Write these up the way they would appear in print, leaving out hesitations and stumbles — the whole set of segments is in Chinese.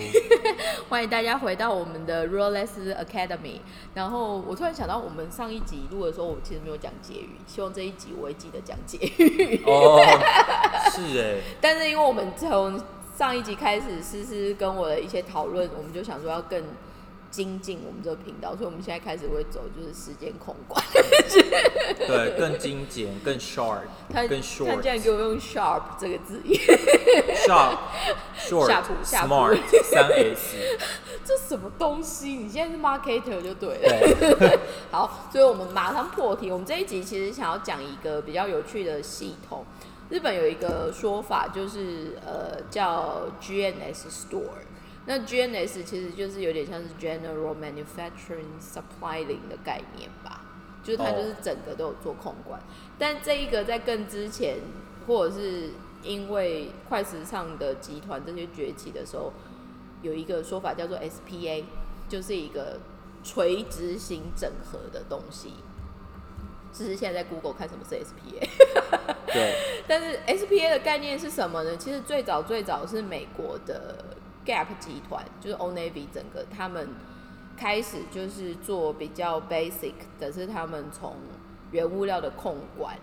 欢迎大家回到我们的 Rolex Academy。然后我突然想到，我们上一集录的时候，我其实没有讲结语，希望这一集我会记得讲结语。 哦，是哎。 但是因为我们从上一集开始，思思跟我的一些讨论，我们就想说要更精进我们这个频道，所以我们现在开始会走就是时间控管。 对，更精简，更 sharp， 更 short。 他竟然给我用 sharp 这个字眼。 sharp、short、smart 3S。 这什么东西？你现在是 marketer 就对了。 对。 好，所以我们马上破题。我们这一集其实想要讲一个比较有趣的系统。日本有一个说法，就是叫 GNS Store。那 GNS 其实就是有点像是 General Manufacturing Supply 的概念吧，就是它就是整个都有做控管。但这一个在更之前，或者是因为快时尚的集团这些崛起的时候，有一个说法叫做 SPA， 就是一个垂直型整合的东西。只是现在在 Google 看什么是 SPA。 对。 但是 SPA 的概念是什么呢？其实最早是美国的 Gap 集团，就是 Old Navy 整个他们开始就是做比较 basic 的，是他们从原物料的控管，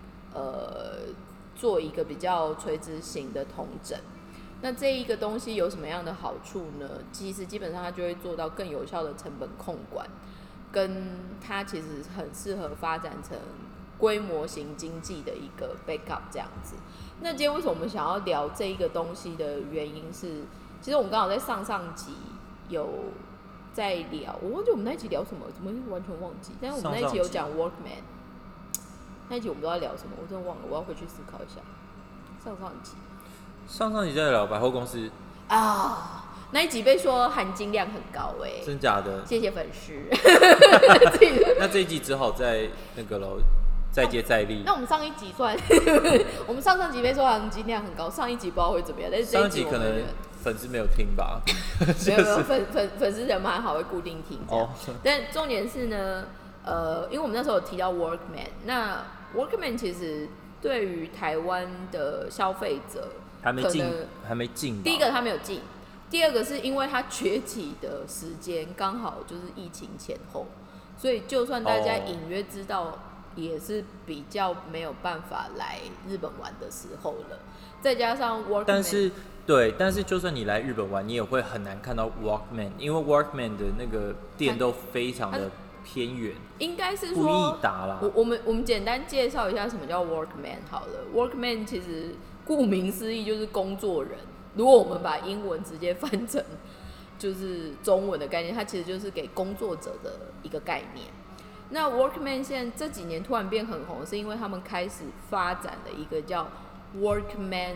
做一个比较垂直型的统整。那这一个东西有什么样的好处呢？其实基本上它就会做到更有效的成本控管，跟它其实很适合发展成规模型经济的一个 backup 这样子。那今天为什么我们想要聊这一个东西的原因是，其实我们刚好在上集有在聊，我忘记我们那一集聊什么，怎么完全忘记？但是我们那一集有讲 Workman， 那一集我们都在聊什么？我真的忘了，我要回去思考一下。 上集在聊百货公司啊，那一集被说含金量很高哎， 真假的？ 谢谢粉丝。 那这一集只好在那个喽，再接再厉。 那我们上一集算，我们上集被说含金量很高，上一集不知道会怎么样，但是这一集上一集可能粉丝没有听吧。 没有粉丝人蛮好，会固定听这样。但重点是呢，因为我们那时候有提到 Workman， 那 Workman 其实对于台湾的消费者还没进。 第一个他没有进，第二个是因为他崛起的时间刚好就是疫情前后，所以就算大家隐约知道，也是比较没有办法来日本玩的时候了。再加上 Workman， 但是就算你来日本玩，你也会很难看到 Workman， 因为 Workman 的那个店都非常的偏远， 应该是说不易达啦。 我们简单介绍一下什么叫 Workman 好了。Workman 其实顾名思义就是工作人。如果我们把英文直接翻成就是中文的概念，它其实就是给工作者的一个概念。那 Workman 现在这几年突然变很红，是因为他们开始发展了一个叫 Workman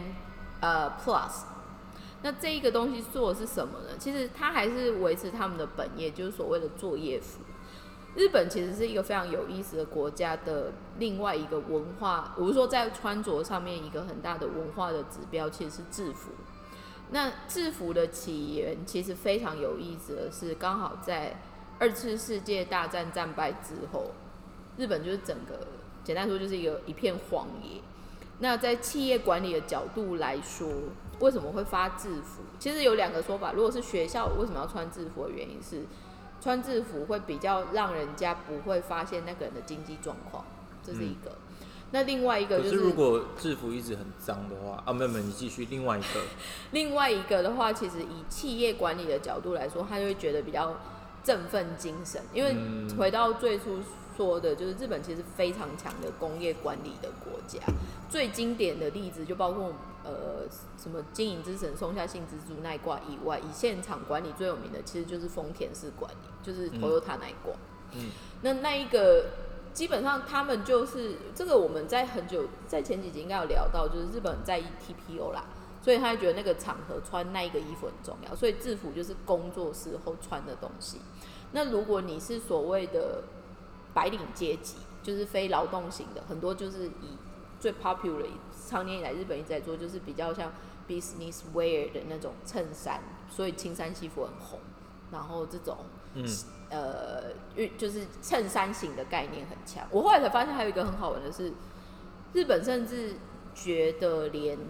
Plus。那这一个东西做的是什么呢？其实它还是维持他们的本业，就是所谓的作业服。日本其实是一个非常有意思的国家的另外一个文化，我是说在穿着上面一个很大的文化的指标，其实是制服。那制服的起源其实非常有意思的是，刚好在2次世界大战战败之后，日本就是整个简单说就是一片荒野。那在企业管理的角度来说，为什么会发制服？其实有2个说法。如果是学校为什么要穿制服的原因是，穿制服会比较让人家不会发现那个人的经济状况，这是一个。那另外一个就是， 可是如果制服一直很脏的话，没有，你继续。另外一个的话，其实以企业管理的角度来说，他就会觉得比较振奋精神，因为回到最初说的，就是日本其实非常强的工业管理的国家。最经典的例子就包括什么经营之神松下幸之助那一挂以外，以现场管理最有名的其实就是丰田式管理，就是 Toyota 那一挂。那一个基本上他们就是这个，我们在前几集应该有聊到，就是日本很在意 TPO 啦，所以他觉得那个场合穿那一个衣服很重要，所以制服就是工作时候穿的东西。那如果你是所谓的白领阶级，就是非劳动型的，很多就是以最 popular 常年以来日本一直在做，就是比较像 business wear 的那种衬衫，所以青山西服很红，然后这种就是衬衫型的概念很强。我后来才发现还有一个很好玩的是，日本甚至觉得连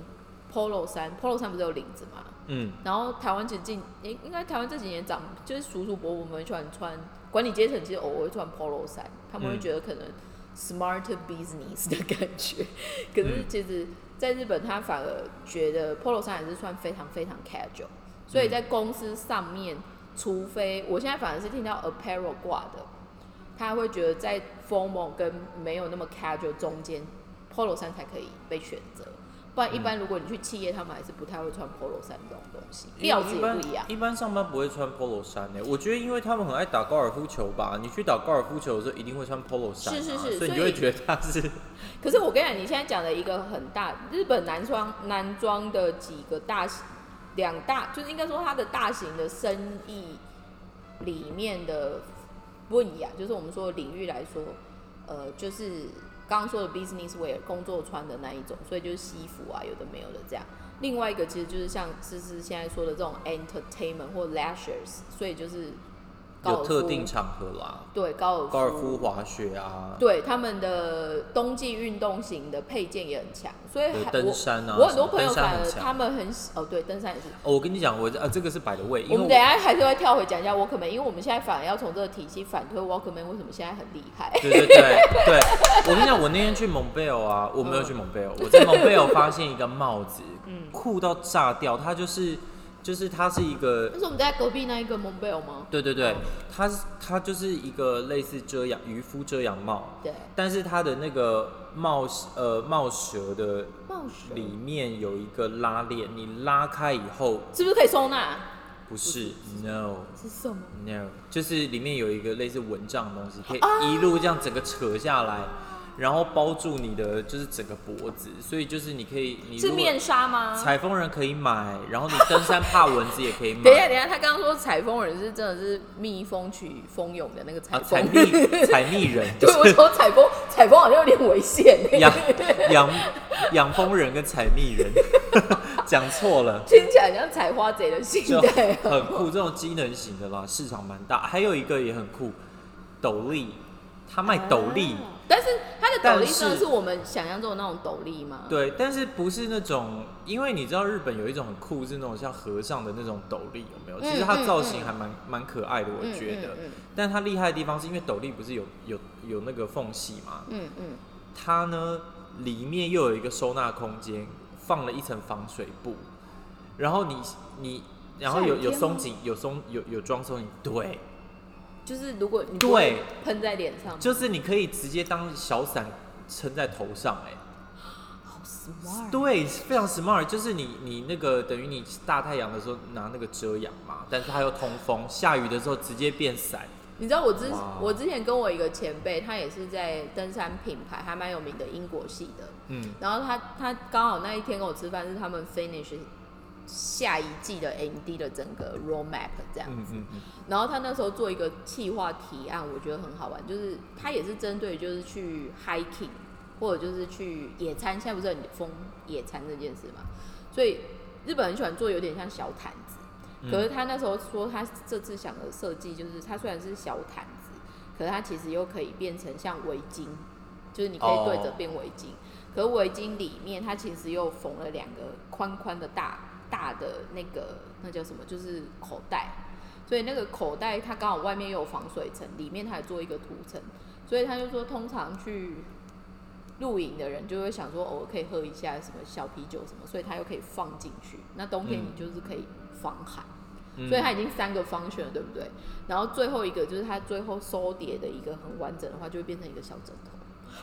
polo 衫不是有领子吗？然后台湾其实应该台湾这几年就是叔叔伯伯们喜欢穿，管理阶层其实偶尔会穿 polo 衫，他们会觉得可能 smart business 的感觉。可是其实在日本，他反而觉得 polo 衫还是算非常非常 casual， 所以在公司上面，除非我现在反而是听到 apparel 挂的，他会觉得在 formal 跟没有那么 casual 中间 ，polo 衫才可以被选择。不然一般如果你去企业，他们还是不太会穿 polo 衫这种东西，料子也不一样。 一般上班不会穿 polo 衫我觉得因为他们很爱打高尔夫球吧，你去打高尔夫球的时候一定会穿 polo 衫， 是， 所以你就会觉得他是。 可是我跟你讲，你现在讲的一个很大日本男装的几个两大，就是应该说它的大型的生意里面的分野，就是我们说的领域来说，就是刚刚说的 business wear 工作穿的那一种，所以就是西服啊，有的没有的这样。另外一个其实就是像思思现在说的这种 entertainment 或 leisures， 所以就是有特定场合啦， 对，高尔夫滑雪啊， 对，他们的冬季运动型的配件也很强，所以登山啊， 我很多朋友反而他们对，登山也是。 我跟你讲，这个是by the way， 我们等一下还是会跳回讲一下 Walkman， 因为我们现在反而要从这个体系反推 Walkman 为什么现在很厉害。 对，我跟你讲，我那天去蒙贝尔啊，我没有去蒙贝尔，我在蒙贝尔发现一个帽子，酷到炸掉，它就是它是一个， 那是我们在隔壁那一个蒙贝尔吗？ 对，它就是一个类似渔夫遮阳帽， 对，但是它的那个帽舌的里面有一个拉链，你拉开以后是不是可以收纳？ 不是 ，no， 是什么 ？no， 就是里面有一个类似蚊帐的东西，可以一路这样整个扯下来。然后包住你的就是整个脖子，所以就是你可以， 是面纱吗？ 采风人可以买，然后你登山怕蚊子也可以买。 等一下，他刚刚说采风人是真的是蜜蜂取蜂蛹的那个采风采蜜人。 对，我说采风好像有点危险。 养蜂人跟采蜜人，讲错了， 听起来像采花贼的心态， 很酷。这种机能型的啦，市场蛮大。还有一个也很酷，斗笠，他卖斗笠。 但是它的斗笠真的是我们想象中的那种斗笠吗？ 对，但是不是那种，因为你知道日本有一种很酷，是那种像和尚的那种斗笠，有没有？其实它造型还蛮可爱的，我觉得。但它厉害的地方是因为斗笠不是有那个缝隙吗？它呢里面又有一个收纳空间，放了一层防水布，然后然后有松紧，有装松紧，对。 就是如果你不会喷在脸上， 就是你可以直接当小伞撑在头上， 好 smart。 对，非常 smart。就是你那个等于你大太阳的时候拿那个遮阳嘛，但是它又通风，下雨的时候直接变伞。 你知道我之前跟我一个前辈，他也是在登山品牌还蛮有名的英国系的，然后他刚好那一天跟我吃饭是他们 finish。下一季的 ND 的整个 roadmap 这样子，然后他那时候做一个企划提案，我觉得很好玩，就是他也是针对就是去 hiking 或者就是去野餐，现在不是很疯野餐这件事嘛，所以日本很喜欢做有点像小毯子，可是他那时候说他这次想的设计就是它虽然是小毯子，可是它其实又可以变成像围巾，就是你可以对着变围巾，可是围巾里面它其实又缝了2个宽宽的大的那叫什么，就是口袋，所以那个口袋它刚好外面又有防水层，里面它还做一个涂层，所以他就说通常去露营的人就会想说偶尔可以喝一下什么小啤酒什么，所以它又可以放进去，那冬天你就是可以防寒，所以它已经3个function了，对不对？然后最后一个就是它最后收叠的一个很完整的话，就会变成一个小枕头。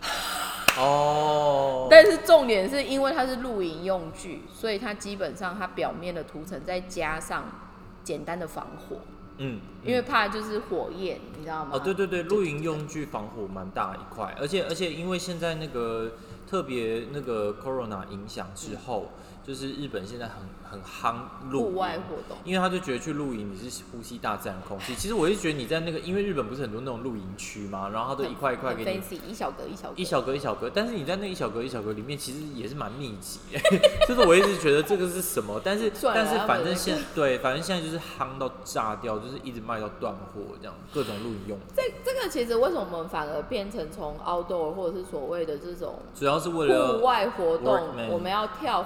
但是重点是因为它是露营用具，所以它基本上它表面的涂层再加上简单的防火，因为怕就是火焰，你知道吗？ 对，露营用具防火蛮大一块，而且因为现在那个特别那个 Corona 影响之后，就是日本现在很夯露营户外活动， 因为他就觉得去露营你是呼吸大自然空气。其实我是觉得你在那个，因为日本不是很多那种露营区嘛，然后它都一块一块给你， fancy， 一小格，但是你在那一小格里面，其实也是蛮密集的。就是我一直觉得这个是什么，但是反正现在就是夯到炸掉，就是一直卖到断货这样，各种露营用。 这个其实为什么我们反而变成从 outdoor 或者是所谓的这种主要是为了户外活动，我们要跳回来的原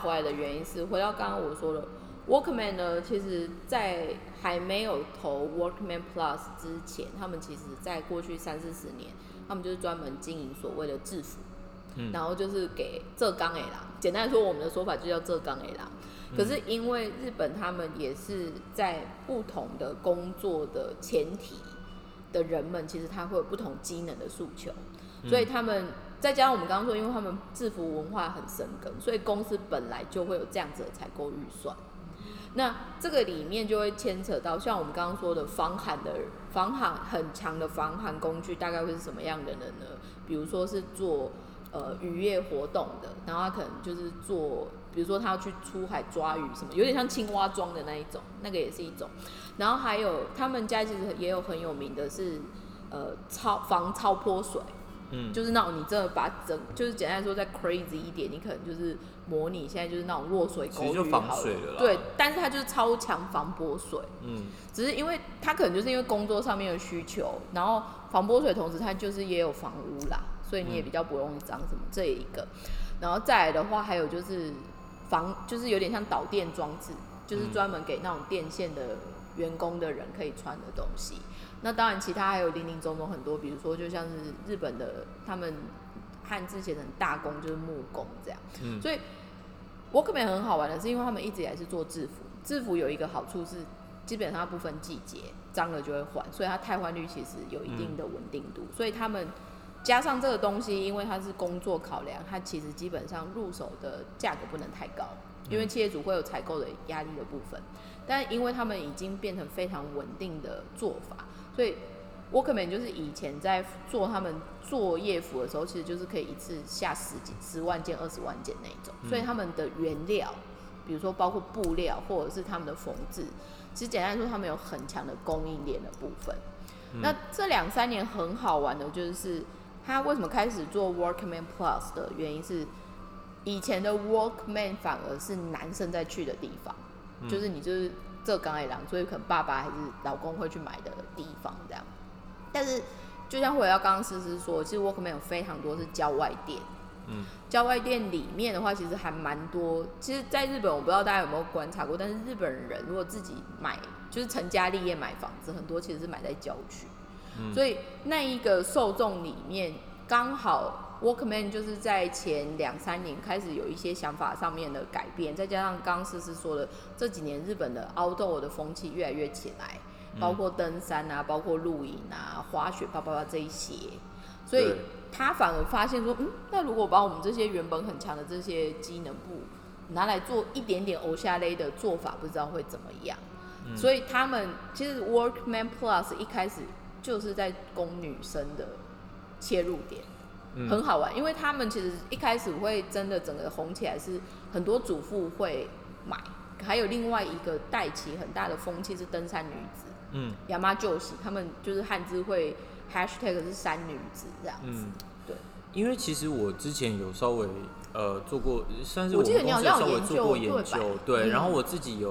原因是回到刚刚我说的 Walkman 呢，其实在还没有投 Walkman Plus 之前，他们其实在过去30-40年，他们就是专门经营所谓的制服，然后就是给浙江的人，简单来说，我们的说法就叫浙江的人。可是因为日本他们也是在不同的工作的前提的人们，其实他会有不同机能的诉求，所以他们再加上我们刚刚说，因为他们制服文化很深耕，所以公司本来就会有这样子的采购预算。那这个里面就会牵扯到像我们刚刚说的防寒很强的防寒工具，大概会是什么样的人呢？比如说是做渔业活动的，然后他可能就是做，比如说他要去出海抓鱼什么，有点像青蛙装的那一种，那个也是一种。然后还有他们家其实也有很有名的是防超泼水。就是那种你真的把就是简单来说再 crazy 一点，你可能就是模拟现在就是那种落水沟其实就防水了啦。 对，但是它就是超强防泼水。只是因为它可能就是因为工作上面的需求，然后防泼水同时它就是也有防污啦，所以你也比较不容易脏什么，这一个。然后再来的话，还有就是就是有点像导电装置，就是专门给那种电线的员工的人可以穿的东西。那当然，其他还有林林总总很多，比如说就像是日本的他们汉字写成大工就是木工这样。所以 Walkman 很好玩的是，因为他们一直以来是做制服，制服有一个好处是，基本上它不分季节，脏了就会换，所以它汰换率其实有一定的稳定度。所以他们加上这个东西，因为它是工作考量，它其实基本上入手的价格不能太高，因为企业主会有采购的压力的部分。但因为他们已经变成非常稳定的做法。所以 Walkman 就是以前在做他们作业服的时候，其实就是可以一次下10万件、20万件那一种。所以他们的原料，比如说包括布料或者是他们的缝制，其实简单来说，他们有很强的供应链的部分。那这2-3年很好玩的就是，他为什么开始做 Walkman Plus 的原因是，以前的 Walkman 反而是男生在去的地方，就是你就是这刚才所以可能爸爸还是老公会去买的地方这样。但是就像回到刚刚思思说，其实 Walkman 有非常多是郊外店。郊外店里面的话，其实还蛮多。其实，在日本我不知道大家有没有观察过，但是日本人如果自己买，就是成家立业买房子，很多其实是买在郊区。所以那一个受众里面，刚好 Walkman 就是在前2-3年开始有一些想法上面的改变，再加上刚刚思思说的，这几年日本的 outdoor 的风气越来越起来，包括登山啊，包括露营啊、滑雪、啪啪啪这一些，所以他反而发现说，那如果把我们这些原本很强的这些机能部拿来做一点点偶像类的做法，不知道会怎么样。所以他们其实 Walkman Plus 一开始就是在供女生的切入点。很好玩，因为他们其实一开始会真的整个红起来，是很多主妇会买，还有另外一个带起很大的风气是登山女子，亚麻就喜，他们就是汉字会 hashtag 是山女子这样子，对。 因为其实我之前有稍微做过，算是我记得你好像有稍微做过研究， 对，然后我自己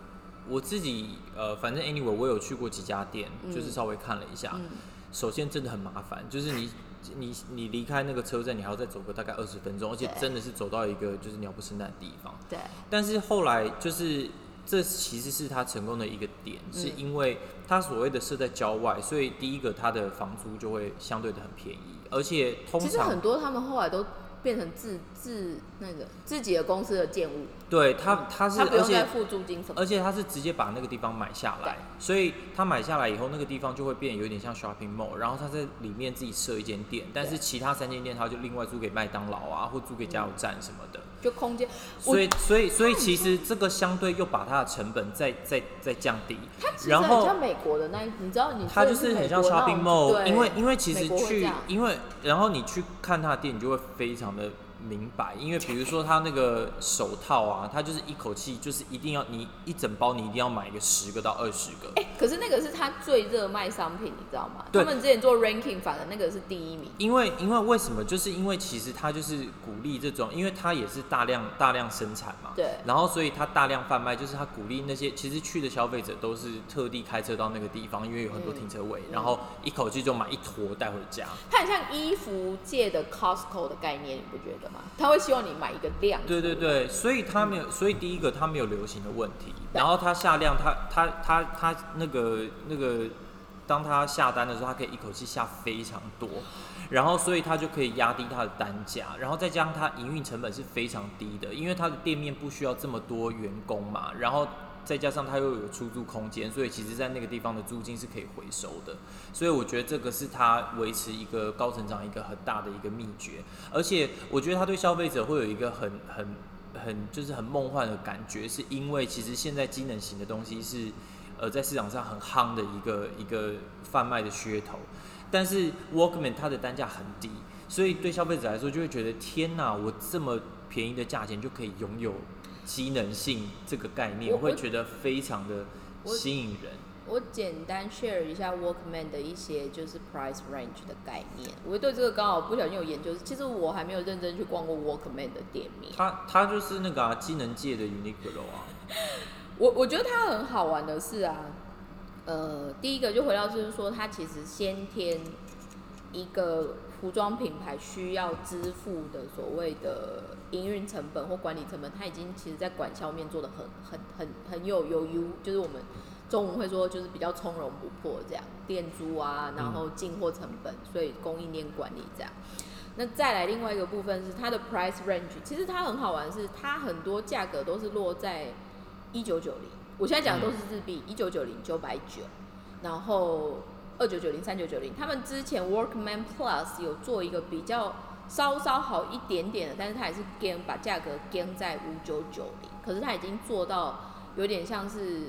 反正 anyway 我有去过几家店，就是稍微看了一下，首先真的很麻烦，就是你离开那个车站，你还要再走个大概20分钟，而且真的是走到一个就是鸟不生蛋的地方。 对。 但是后来就是这其实是他成功的一个点，是因为他所谓的设在郊外，所以第一个他的房租就会相对的很便宜，而且通常其实很多他们后来都变成自己的公司的建物。 对，他是他不用再付租金什么， 而且他是直接把那个地方买下来，所以他买下来以后，那个地方就会变有点像 shopping mall， 然后他在里面自己设一间店，但是其他3间店他就另外租给麦当劳啊，或租给加油站什么的， 就空间。 所以其实这个相对又把它的成本再降低。 它其实很像美国的你知道它就是很像 shopping mall， 因为其实然后你去看它的店，你就会非常的明白，因为比如说他那个手套啊，他就是一口气就是一定要你一整包，你一定要买个10个到20个。 可是那个是他最热卖商品，你知道吗？他们之前做 ranking 反而那个是第1名。 因为为什么？就是因为其实他就是鼓励这种，因为他也是大量生产嘛。 对。 然后所以他大量贩卖，就是他鼓励那些其实去的消费者都是特地开车到那个地方，因为有很多停车位，然后一口气就买一坨带回家。 它很像衣服界的 Costco 的概念，你不觉得？ 嘛，他会希望你买一个量。 对对对，所以他没有，所以第一个他没有流行的问题，然后他下量，他那个，当他下单的时候，他可以一口气下非常多，然后所以他就可以压低他的单价，然后再加上他营运成本是非常低的，因为他的店面不需要这么多员工嘛，然后再加上它又有出租空间，所以其实在那个地方的租金是可以回收的，所以我觉得这个是它维持一个高成长一个很大的一个秘诀，而且我觉得它对消费者会有一个很就是很梦幻的感觉，是因为其实现在机能型的东西是在市场上很夯的一个贩卖的噱头，但是 Walkman 它的单价很低，所以对消费者来说就会觉得天哪，我这么便宜的价钱就可以拥有机能性这个概念，我会觉得非常的吸引人。 我简单 share 一下 Walkman 的一些就是 price range 的概念。我对这个刚好不小心有研究，其实我还没有认真去逛过 Walkman 的店面。 它就是那个机能界的 Uniqlo 啊。 我觉得它很好玩的是啊，第一个就回到就是说，它其实先天一个服装品牌需要支付的所谓的营运成本或管理成本，它已经其实在管销面做的很有优，就是我们中文会说就是比较从容不迫这样，店租啊，然后进货成本，所以供应链管理这样。那再来另外一个部分是它的 price range， 其实它很好玩的是，它很多价格都是落在1990，我现在讲的都是日币，1990、990，然后2990、3990，他们之前 Workman Plus 有做一个比较稍好一点点的，但是它也是把价格跟在5990，可是它已经做到有点像是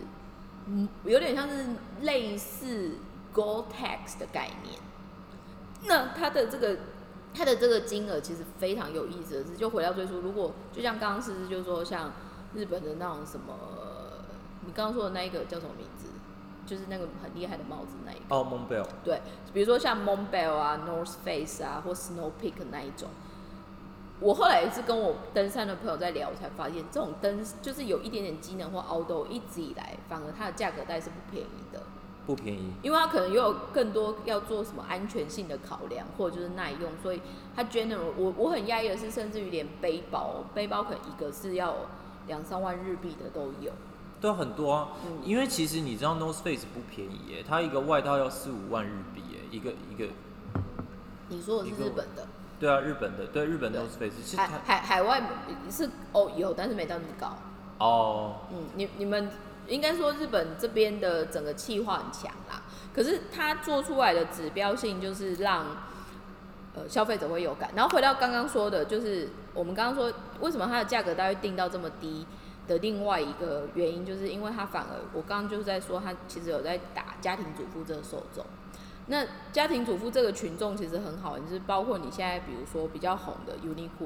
类似 Gore-Tex 的概念。那它的这个金额其实非常有意思的是，就回到最初，如果就像刚刚诗就是说像日本的那种什么，你刚刚说的那一个叫什么名字？就是那个很厉害的帽子那一个。 Montbell。 对，比如说像 Montbell 啊、North Face 啊，或 Snow Peak 那一种。我后来也是跟我登山的朋友在聊，我才发现这种灯就是有一点点机能或 outdoor， 一直以来反而它的价格带是不便宜的。 不便宜， 因为它可能又有更多要做什么安全性的考量，或者就是耐用，所以它 general 我很讶异的是，甚至于连背包可能一个是要2-3万日币的都有。 都很多啊，因为其实你知道 North Face 不便宜耶，它一个外套要4-5万日币耶，一个。 你说的是日本的？ 对啊，日本的，对日本 North Face 是海外是有，但是没到那么高。 哦， 你们应该说日本这边的整个企划很强啦，可是它做出来的指标性就是让消费者会有感。然后回到刚刚说的，就是我们刚刚说为什么它的价格大概定到这么低的另外一个原因，就是因为它反而我刚刚就是在说，它其实有在打家庭主妇这个受众。那家庭主妇这个群众其实很好，就是包括你现在比如说比较红的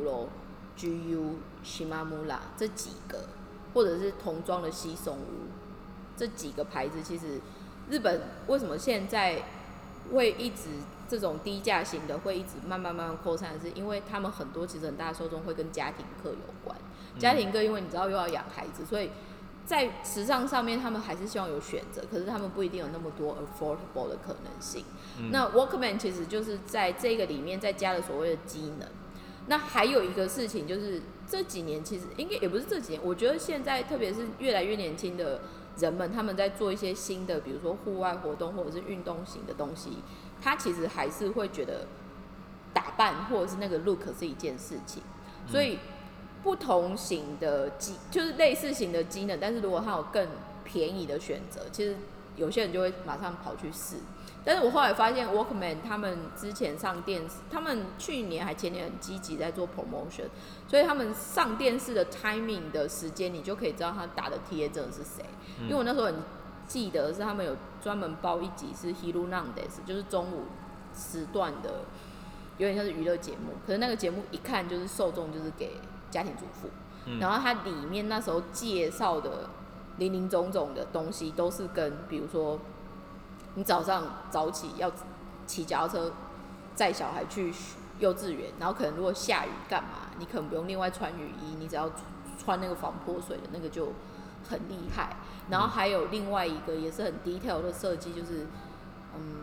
Uniqlo、GU、Shimamura 这几个，或者是童装的西松屋这几个牌子，其实日本为什么现在会一直这种低价型的会一直慢慢扩散，是因为他们很多其实很大的受众会跟家庭客有关。家庭客因为你知道又要养孩子，所以在时尚上面他们还是希望有选择，可是他们不一定有那么多 affordable 的可能性。那 Walkman 其实就是在这个里面再加了所谓的机能。那还有一个事情就是这几年其实应该也不是这几年，我觉得现在特别是越来越年轻的人们，他们在做一些新的，比如说户外活动或者是运动型的东西，他其实还是会觉得打扮或者是那个 look 是一件事情，所以不同型的就是类似型的机能，但是如果它有更便宜的选择，其实有些人就会马上跑去试。但是我后来发现 Walkman 他们之前上电视，他们去年还前年很积极在做 promotion， 所以他们上电视的 timing 的时间，你就可以知道他打的 TA 真的是谁。因为我那时候很记得是他们有专门包一集是 Hillunandes， 就是中午时段的，有点像是娱乐节目，可是那个节目一看就是受众就是给家庭主妇，然后它里面那时候介绍的林林总总的东西都是跟比如说你早上早起要骑脚踏车载小孩去幼稚园，然后可能如果下雨干嘛，你可能不用另外穿雨衣，你只要穿那个防泼水的那个就很厉害。然后还有另外一个也是很 detail 的设计，就是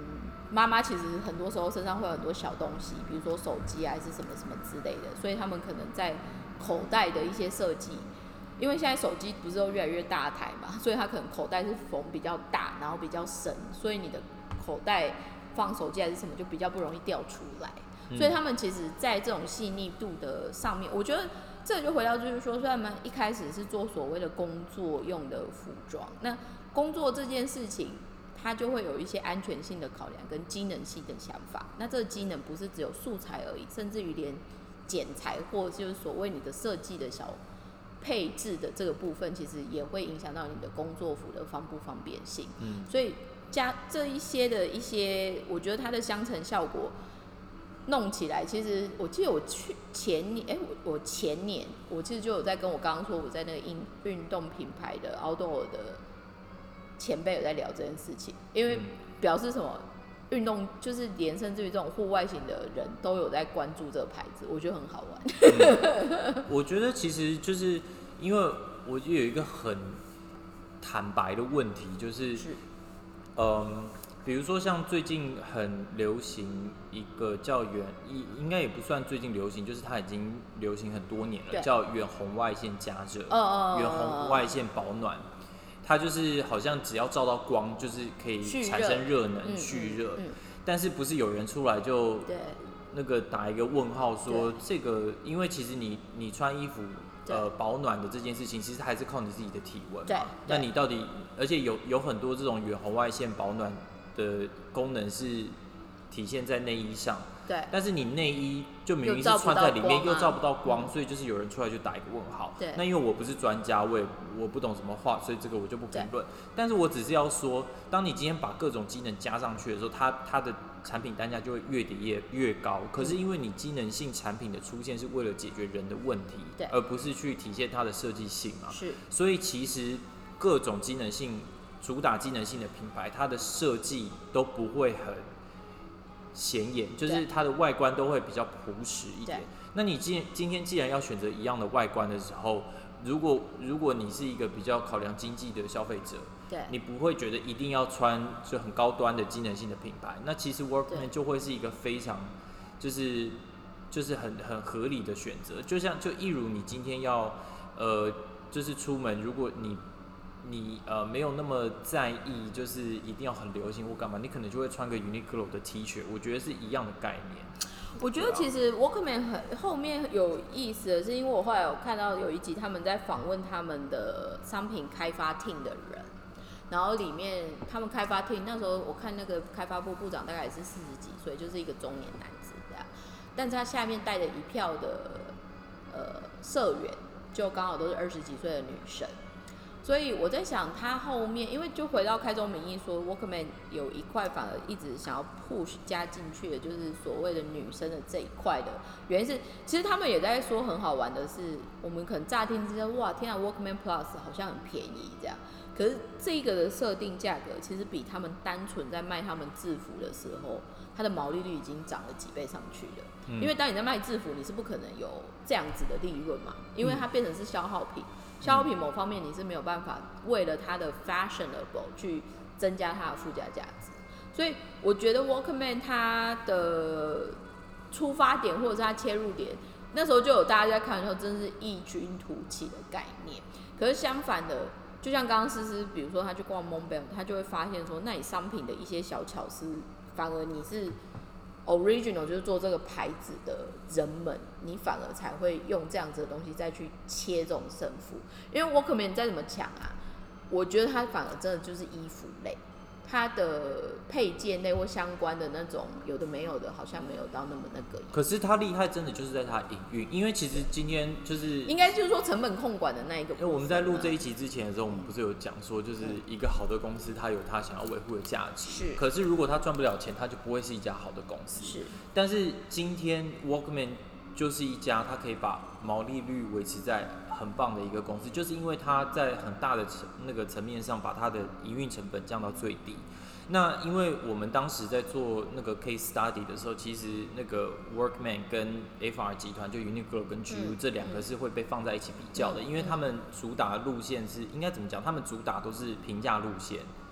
妈妈其实很多时候身上会有很多小东西，比如说手机还是什么什么之类的，所以他们可能在口袋的一些设计，因为现在手机不是都越来越大台嘛，所以它可能口袋是缝比较大，然后比较深，所以你的口袋放手机还是什么就比较不容易掉出来。所以他们其实在这种细腻度的上面，我觉得这就回到就是说，他们一开始是做所谓的工作用的服装，那工作这件事情，它就会有一些安全性的考量跟机能性的想法。那这个机能不是只有素材而已，甚至于连剪裁或就是所谓你的设计的小配置的这个部分，其实也会影响到你的工作服的方不方便性。所以加这一些的一些，我觉得它的相乘效果弄起来，其实我记得我前年我其实就有在跟我刚刚说我在那个运动品牌的 outdoor 的前辈有在聊这件事情，因为表示什么运动就是连甚至于这种户外型的人都有在关注这个牌子，我觉得很好玩。 我觉得其实就是因为我有一个很坦白的问题，就是比如说像最近很流行一个叫应该也不算最近流行，就是它已经流行很多年了，叫远红外线加热，远红外线保暖。它就是好像只要照到光，就是可以产生热能蓄热，但是不是有人出来就那个打一个问号说这个，因为其实你穿衣服保暖的这件事情，其实还是靠你自己的体温嘛。那你到底，而且有很多这种远红外线保暖的功能是体现在内衣上。 对， 但是你内衣就明明是穿在里面，又照不到光，所以就是有人出来就打一个问号。那因为我不是专家，我不懂什么话，所以这个我就不评论。但是我只是要说，当你今天把各种机能加上去的时候，它的产品单价就会越叠越高。可是因为你机能性产品的出现是为了解决人的问题，而不是去体现它的设计性嘛。所以其实各种机能性主打机能性的品牌，它的设计都不会很显眼，就是它的外观都会比较朴实一点。那你今天既然要选择一样的外观的时候，如果你是一个比较考量经济的消费者，你不会觉得一定要穿就很高端的机能性的品牌，那其实 Workman 就会是一个非常就是很合理的选择。就一如你今天要就是出门，如果你没有那么在意，就是一定要很流行或干嘛，你可能就会穿个 Uniqlo 的 T 恤，我觉得是一样的概念。 我觉得其实 Workman 后面有意思的是，因为我后来有看到有一集他们在访问他们的商品开发 team 的人，然后里面他们开发 team 那时候我看那个开发部部长大概也是40几岁，就是一个中年男子这样，但是他下面带着一票的社员，就刚好都是20几岁的女生。所以我在想，他后面因为就回到开宗明义说 ，Workman 有一块反而一直想要 push 加进去的，就是所谓的女生的这一块的原因是，其实他们也在说很好玩的是，我们可能乍听之下，哇，天啊 ，Workman Plus 好像很便宜这样，可是这个的设定价格其实比他们单纯在卖他们制服的时候，它的毛利率已经涨了几倍上去了。因为当你在卖制服，你是不可能有这样子的利润嘛，因为它变成是消耗品。消耗品某方面你是没有办法为了它的 fashionable 去增加它的附加价值，所以我觉得 Workman 它的出发点或者是它切入点，那时候就有大家在看的时候，真是异军突起的概念。可是相反的，就像刚刚思思，比如说他去逛 Montbell， 他就会发现说，那你商品的一些小巧思，反而你是original 就是做这个牌子的人们，你反而才会用这样子的东西再去切这种胜负。因为 Workman 再怎么抢啊，我觉得它反而真的就是衣服类，它的配件类或相关的那种有的没有的，好像没有到那么那个。 可是它厉害真的就是在它营运，因为其实今天就是应该就是说成本控管的那一个部分。 因为我们在录这一集之前的时候，我们不是有讲说，就是一个好的公司，它有它想要维护的价值。 是。 可是如果它赚不了钱，它就不会是一家好的公司。 是。 但是今天 Workman 就是一家，它可以把毛利率维持在很棒的一个公司，就是因为它在很大的那个层面上把它的营运成本降到最低。那因为我们当时在做那个 case study 的时候，其实那个 Workman 跟 FR 集团就 Uniqlo 跟 GU 这两个是会被放在一起比较的，因为他们主打的路线是应该怎么讲？他们主打都是平价路线。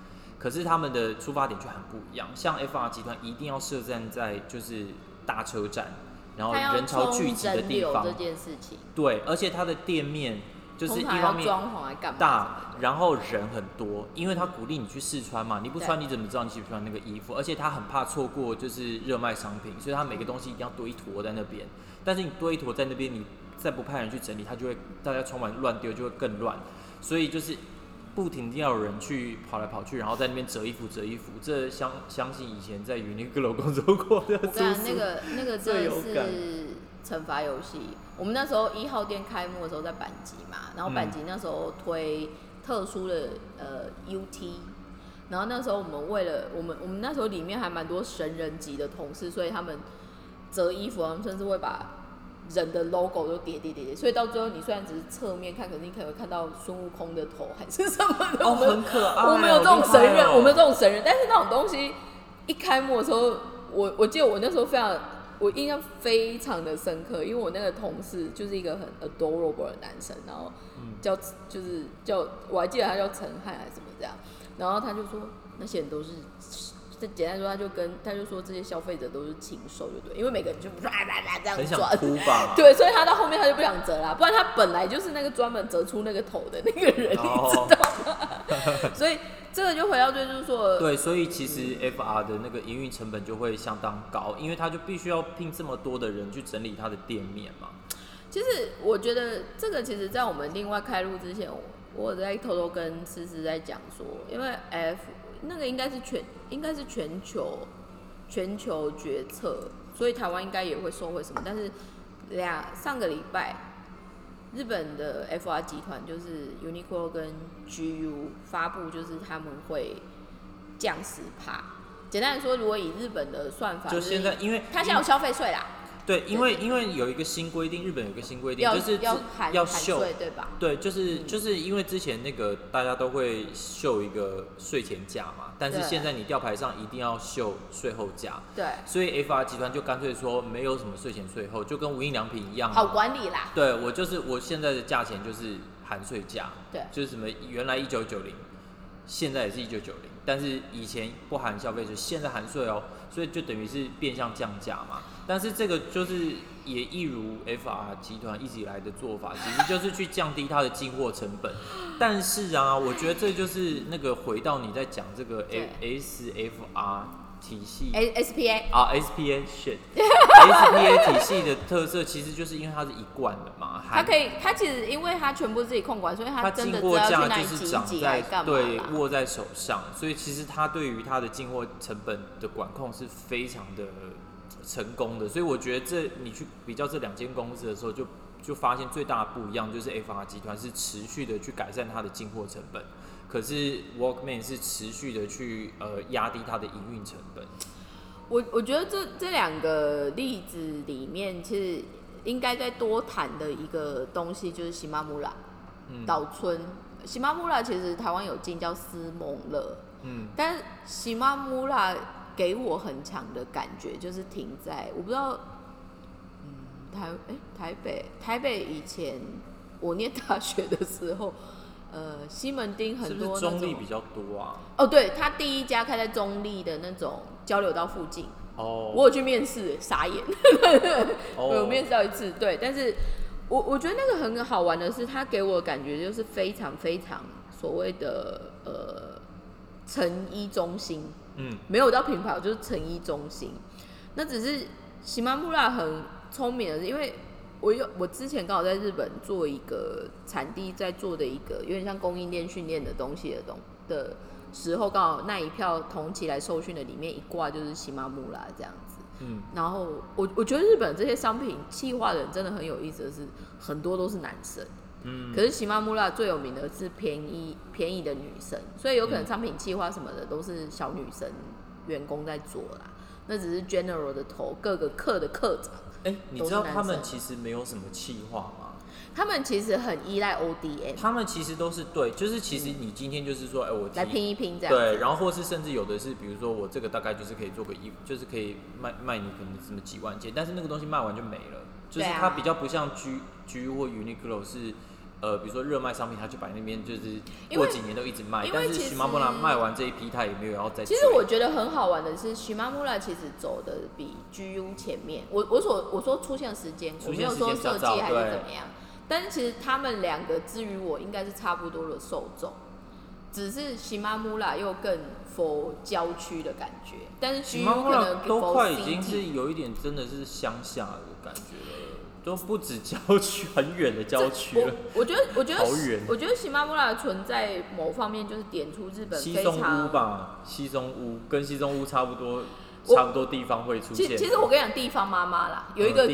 可是他们的出发点却很不一样。像 FR 集团一定要设站在就是大车站，然后人潮聚集的地方， 这件事情， 对，而且它的店面就是一方面大，然后人很多，因为他鼓励你去试穿嘛，你不穿你怎么知道你喜不喜欢那个衣服？而且他很怕错过就是热卖商品，所以他每个东西一定要堆一坨在那边。但是你堆一坨在那边，你再不派人去整理，它就会大家充满乱丢，就会更乱。所以就是不停地要有人去跑来跑去，然后在那边折衣服。这相信以前在 Uniqlo 工作过的， 我跟你讲那个真的是惩罚游戏。我们那时候1号店开幕的时候在阪急嘛，然后阪急那时候推特殊的UT， 然后那时候我们为了我们那时候里面还蛮多神人级的同事，所以他们折衣服，他们甚至会把人的 logo 都叠，所以到最后你虽然只是侧面看，可是你可能会看到孙悟空的头还是什么的。 哦，很可爱。 我们有这种神人，我们有这种神人，但是那种东西一开幕的时候，我记得我那时候我印象非常的深刻，因为我那个同事就是一个很 adorable 的男生，然后我还记得他叫陈汉还是什么这样，然后他就说那些人都是。简单说，他就说这些消费者都是禽兽，就对，因为每个人就这样转， 很想哭吧？ 对，所以他到后面他就不想折啦，不然他本来就是那个专门折出那个头的那个人，你知道吗？所以这个就回到就是说， 对，所以其实 FR 的那个营运成本就会相当高，因为他就必须要聘这么多的人去整理他的店面嘛。 其实我觉得这个其实在我们另外开录之前，我有在偷偷跟思思在讲说，因为那个应该是全球决策，所以台湾应该也会受惠什么。但是上个礼拜，日本的 FR 集团就是 Uniqlo 跟 GU 发布，就是他们会降10%。简单来说，如果以日本的算法， 就现在因为它现在有消费税啦。 对，因为有一个新规定，日本有一个新规定，就是要秀， 对吧？ 对，就是因为之前那个大家都会秀一个税前价嘛，但是现在你吊牌上一定要秀税后价， 对， 所以 FR 集团就干脆说没有什么税前税后，就跟无印良品一样， 好管理啦。 对，我现在的价钱就是含税价， 对， 就是什么原来1990，现在也是1990，但是以前不含消费税，现在含税哦，所以就等于是变相降价嘛。但是这个就是也一如 FR 集团一直以来的做法，其实就是去降低它的进货成本。但是啊，我觉得这就是那个回到你在讲这个 SFR 体系 SPA 啊 SPA SPA 体系的特色，其实就是因为它是一贯的嘛。 它其实因为它全部自己控管，所以它真的进货价就是长在对握在手上，所以其实它对于它的进货成本的管控是非常的成功的。所以我觉得你去比较这2间公司的时候，就发现最大的不一样就是 FR 集团是持续的去改善它的进货成本，可是 Walkman 是持续的去压低它的营运成本。 我觉得这2个例子里面，其实应该再多谈的一个东西就是喜马姆拉岛村。喜马姆拉其实台湾有进叫斯蒙乐，但喜马姆拉给我很强的感觉就是停在我不知道，台北以前我念大学的时候，西门町很多那种， 是不是中立比较多啊？ 哦，对，他第一家开在中立的那种交流道附近。 哦， 我有去面试，傻眼。我有面试到一次，对，但是我觉得那个很好玩的是，他给我的感觉就是非常非常所谓的成衣中心，没有到品牌，就是成衣中心。那只是喜马木拉很聪明的是，因为我之前刚好在日本做一个产地在做的一个有点像供应链训练的东西的时候，刚好那一票同期来受训的里面一挂就是喜马木拉这样子。然后我觉得日本这些商品企划的人真的很有意思的是，很多都是男生。可是喜马木拉最有名的是便宜的女生，所以有可能商品企划什么的都是小女生员工在做啦。那只是 general 的头，各个课的课长。 你知道他们其实没有什么企划吗？ 他们其实很依赖 ODM， 他们其实都是对，就是其实你今天就是说，我来拼一拼这样。 对，然后或是甚至有的是，比如说我这个大概就是可以做个就是可以卖你可能什么几万件，但是那个东西卖完就没了，就是它比较不像 G 或 Uniqlo 是比如说热卖商品，他就摆那边就是过几年都一直卖，但是Shimamura卖完这一批，他也没有要再。 其实我觉得很好玩的是，Shimamura其实走的比 GU 前面。我说出现时间，我没有说设计还是怎么样，但是其实他们两个至于我应该是差不多的受众，只是Shimamura又更 for 郊区的感觉，但是 GU 可能都快已经是有一点真的是乡下的感觉了。都不止郊区，很远的郊区了。 我觉得Shimamura的存在某方面就是点出日本非常西松屋吧，西松屋跟西松屋差不多地方会出现。 其实我跟你讲，地方妈妈啦，有一个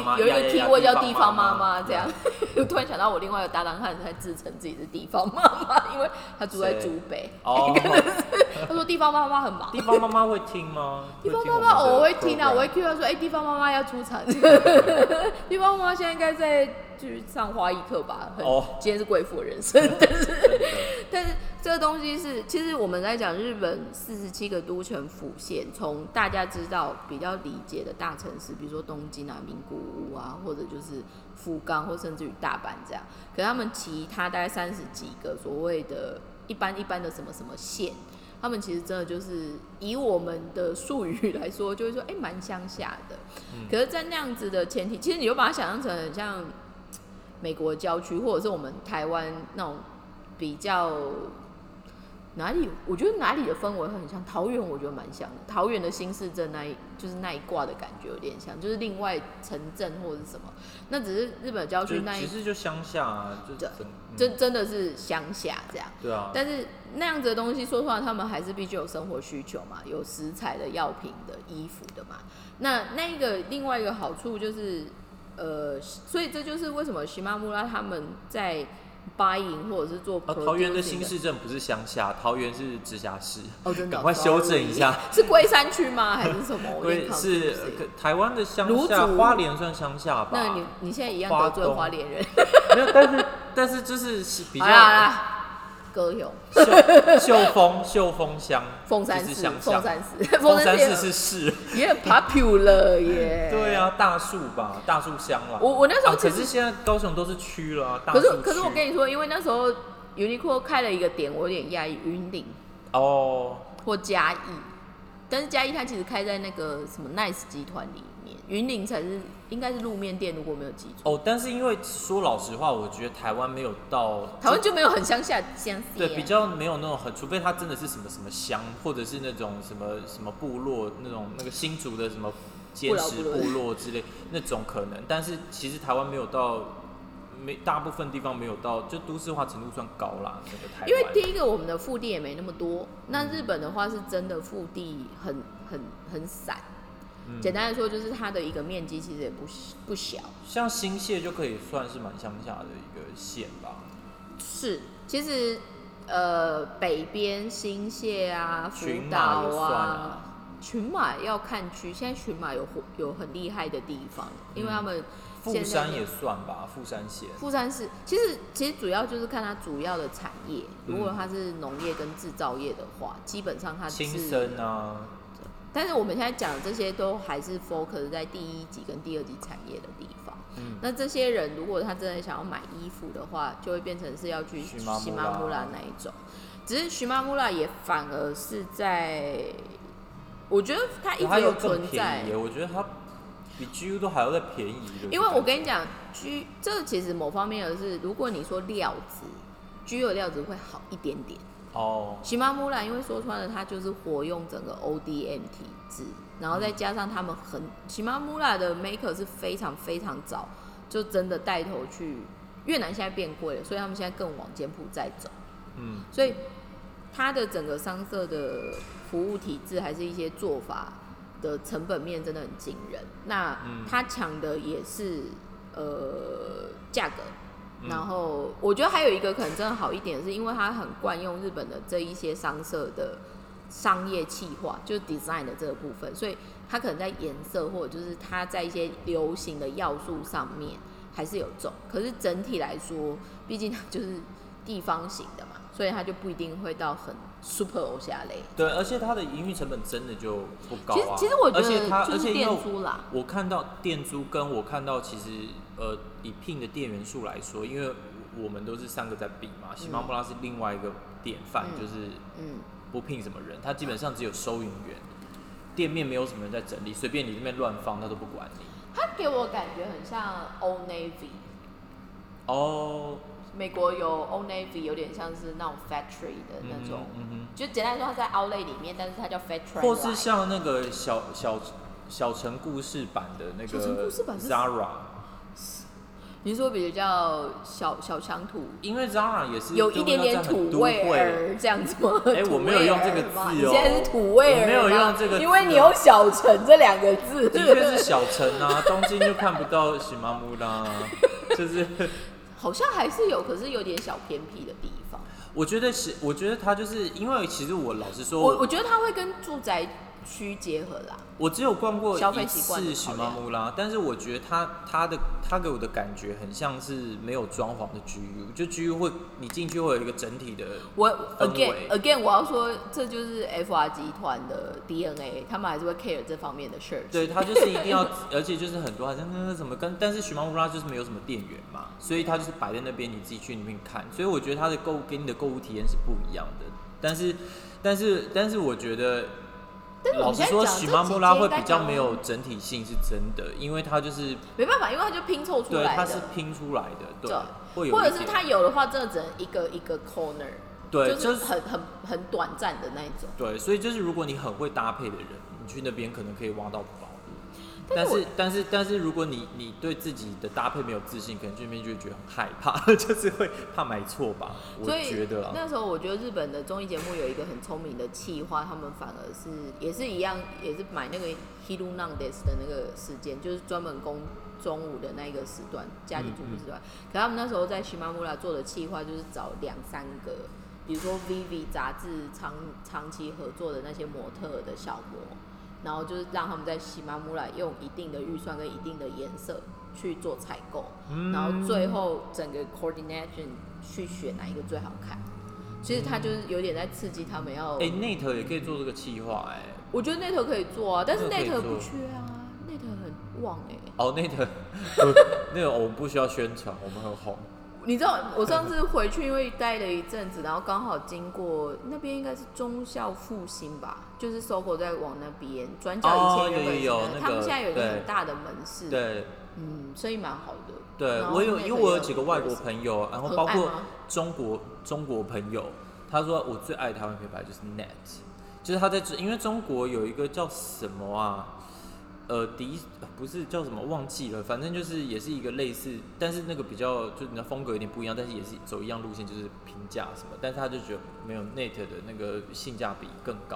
key word 叫地方妈妈，这样。我突然想到我另外一个搭档，他在自称自己是地方妈妈，因为他住在竹北。哦。他说地方妈妈很忙。 地方妈妈会听吗？ 地方妈妈我会听啊，我会 cue 他说，地方妈妈要出产。地方妈妈现在应该在去上花艺课吧？今天是贵妇的人生，但是这个东西是，其实我们在讲日本47个都城府县，从大家知道比较理解的大城市，比如说东京啊、名古屋啊，或者就是福冈，或甚至于大阪这样。可是他们其他大概30几个所谓的一般的什么什么县，他们其实真的就是以我们的术语来说，就会说蛮乡下的。可是，在那样子的前提，其实你就把它想象成很像美国郊区，或者是我们台湾那种比较哪里，我觉得哪里的氛围很像桃园，我觉得蛮像的。桃园的新市镇就是那一挂的感觉有点像，就是另外城镇或者是什么。那只是日本郊区其实就乡下啊， 真的是乡下这样。 对啊。 但是那样子的东西，说实话，他们还是必须有生活需求嘛，有食材的、药品的、衣服的嘛。那个另外一个好处就是，所以这就是为什么Shimamura他们在buying 或者是做桃园的新市镇不是乡下，桃园是直辖市。 真的。 赶快修正一下。 是龟山区吗？还是什么？ 是台湾的乡下，花莲算乡下吧？ 那你现在一样得罪花莲人。 没有，但是就是比较。 高雄、 秀峰乡、 凤山市是市， 也很 popular 耶。 对啊，大树乡啦。 我那时候可是现在高雄都是区了啊。 可是我跟你说，因为那时候 Uniqlo 开了一个点，我有点讶异，云林或嘉义，但是嘉义它其实开在那个什么 Nice 集团里面，云林才是应该是路面店，如果没有记错。 但是因为说老实话，我觉得台湾没有到， 台湾就没有很乡下对，比较没有那种除非它真的是什么什么乡，或者是那种什么部落那个新竹的什么坚石部落之类那种可能，但是其实台湾没有到。大部分地方没有到，就都市化程度算高啦。那个台湾， 因为第一个我们的腹地也没那么多，那日本的话是真的腹地很散。简单来说，就是它的一个面积其实也不小。 像新泻就可以算是蛮乡下的一个县吧。 是，其实北边新泻啊、福岛啊，群马要看区，现在群马有很厉害的地方，因为他们。 富山也算吧，富山县。 富山市其实主要就是看它主要的产业，如果它是农业跟制造业的话，基本上它是青森啊。 但是我们现在讲的这些都还是 focus 在第一级跟第二级产业的地方。那这些人如果他真的想要买衣服的话，就会变成是要去Shimamura那一种。只是Shimamura也反而是在，我觉得它一直有存在。 我觉得它。比 GU 都还要再便宜， 因为我跟你讲这其实某方面的是，如果你说料子，GU 的料子会好一点点。Shimamura 因为说穿了，它就是活用整个 ODM 体制，然后再加上他们Shimamura 的 maker 是非常非常早就真的带头去越南，现在变贵了，所以他们现在更往柬埔寨走。所以它的整个商社的服务体制还是一些做法。的成本面真的很惊人，那它抢的也是价格，然后我觉得还有一个可能真的好一点，是因为它很惯用日本的这一些商社的商业企划，就是 design 的这个部分，所以它可能在颜色或者就是它在一些流行的要素上面还是有重，可是整体来说，毕竟它就是地方型的嘛，所以它就不一定会到很 super 偶像类。 对，而且它的营运成本真的就不高啊。 其实我觉得就是店租啦。 我看到店租跟我看到其实以聘的店员数来说，因为我们都是3个在比嘛，喜妈木拉是另外一个典范，就是不聘什么人，他基本上只有收银员，店面没有什么人在整理，随便你这边乱放，他都不管你。 他给我感觉很像 Old Navy。 哦。 美国有 Old Navy， 有点像是那种 factory 的那种，就简单说，它在 Outlet 里面，但是它叫 factory。 或是像那个小城故事版的那个 Zara。 你说比较小乡土， 因为 Zara 也是有一点点土味儿这样子吗？ 我没有用这个字哦。 你现在是土味儿吗？ 我没有用这个字， 因为你有小城这2个字。 的确是小城啊，东京就看不到喜妈木拉，就是。 好像还是有，可是有点小偏僻的地方。 我觉得它就是因为其实我老实说， 我觉得它会跟住宅区结合啦。 我只有逛过一次喜妈木拉，但是我觉得它给我的感觉很像是没有装潢的 GU， 就 GU 会你进去会有一个整体的氛围。 again 我要说，这就是 FR 集团的 DNA， 他们还是会 care 这方面的事。 对，他就是一定要，而且就是很多好像那什么但是喜妈木拉就是没有什么店员嘛，所以他就是摆在那边，你自己去里面看。所以我觉得他的给你的购物体验是不一样的。但是我觉得。老实说，喜妈木拉会比较没有整体性，是真的，因为它就是没办法，因为它就拼凑出来的， 对，它是拼出来的，对，会有， 或者是它有的话，真的只能一个 corner， 对， 就是很短暂的那一种， 对，所以就是如果你很会搭配的人，你去那边可能可以挖到宝。但是如果你对自己的搭配没有自信，可能这边就会觉得很害怕，就是会怕买错吧。我觉得那时候我觉得日本的综艺节目有一个很聪明的企划，他们反而是也是一样，也是买那个 Hiru Nandes 的那个时间，就是专门供中午的那一个时段，家庭主妇时段。可他们那时候在喜妈木拉做的企划，就是找2-3个，比如说 Vivi 杂志长期合作的那些模特的小模。然后就是让他们在喜妈木拉用一定的预算跟一定的颜色去做采购，然后最后整个 coordination 去选哪一个最好看。其实他就是有点在刺激他们要。 Net 也可以做这个企划我觉得 Net 可以做啊，但是 Net 不缺啊 ，Net 很旺 Net 那个我们不需要宣传，我们很红。 你知道我上次回去，因为待了一阵子，然后刚好经过那边，应该是忠孝复兴吧，就是 SOGO 在往那边转角以前原本是他们现在有一个很大的门市， 对， 生意蛮好的。 对，因为我有几个外国朋友，然后包括中国朋友，他说我最爱台湾品牌就是 Net， 就是他因为中国有一个叫什么啊？不是叫什么忘记了，反正就是也是一个类似，但是那个比较就你的风格有点不一样，但是也是走一样路线，就是平价什么，但是他就觉得没有 Net 的那个性价比更高。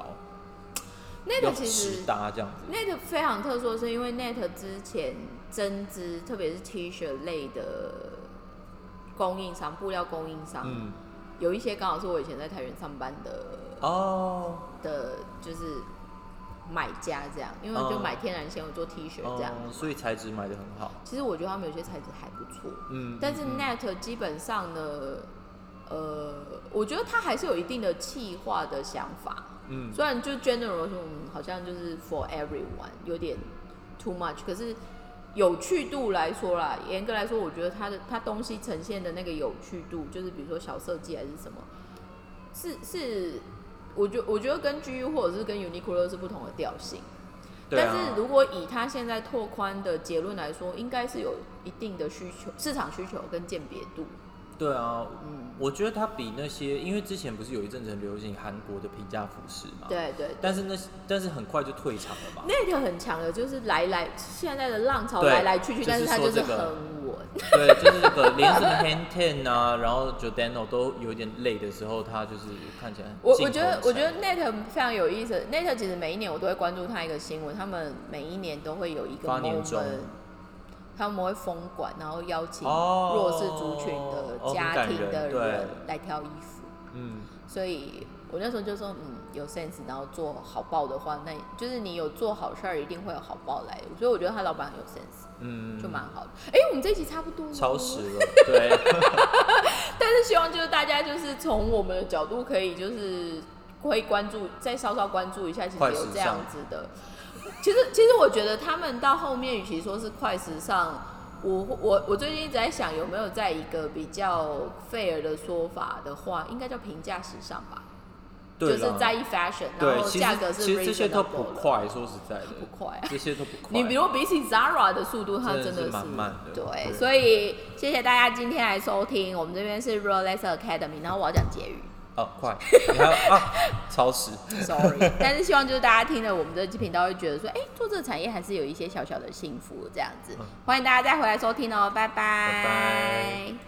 Net 其实搭这样子 ，Net 非常特殊的是，因为 Net 之前针织，特别是 T 恤类的供应商、布料供应商，有一些刚好是我以前在台原上班的就是买家这样，因为就买天然纤维做 T 恤这样， 所以材质买得很好。 其实我觉得他们有些材质还不错，但是 Net 基本上呢，我觉得他还是有一定的企划的想法，虽然就 general 好像就是 for everyone 有点 too much， 可是有趣度来说啦，严格来说，我觉得它东西呈现的那个有趣度，就是比如说小设计还是什么，是。我觉得跟 GU 或者是跟 Uniqlo 是不同的调性，但是如果以它现在拓宽的结论来说，应该是有一定的市场需求跟鉴别度。 对啊，我觉得它比那些，因为之前不是有一阵子很流行韩国的平价服饰嘛， 对， 但是很快就退场了嘛。 那个很强的，就是现在的浪潮来去，但是它就是很稳。 对，就是这个连什么 Hanten 啊，然后 Giordano 都有点累的时候，它就是看起来很我觉得 Net 非常有意思。Net 其实每一年我都会关注它一个新闻，他们每一年都会有一个 moment。他们会封馆，然后邀请弱势族群的家庭的人来挑衣服。所以我那时候就说，有 sense， 然后做好报的话，那就是你有做好事儿，一定会有好报来。所以我觉得他老板很有 sense，就蛮好的。我们这一集差不多了， 超时了，对。 但是希望就是大家就是从我们的角度，可以就是会关注，再稍稍关注一下，其实有这样子的。其实我觉得他们到后面，与其说是快时尚， 我最近一直在想，有没有在一个比较 fair 的说法的话，应该叫平价时尚吧。就是在意 fashion， 然后价格是 reasonable 的。 其实这些都不快，说实在的， 不快、啊， 这些都不快。 你比如比起 Zara 的速度，它真的是蛮慢的。 对，所以谢谢大家今天来收听，我们这边是 Rolex Academy， 然后我要讲结语。 哦，快！你还有超时 ，sorry。但是希望就是大家听了我们这期频道，会觉得说，做这个产业还是有一些小小的幸福这样子。欢迎大家再回来收听哦，拜拜。 拜拜。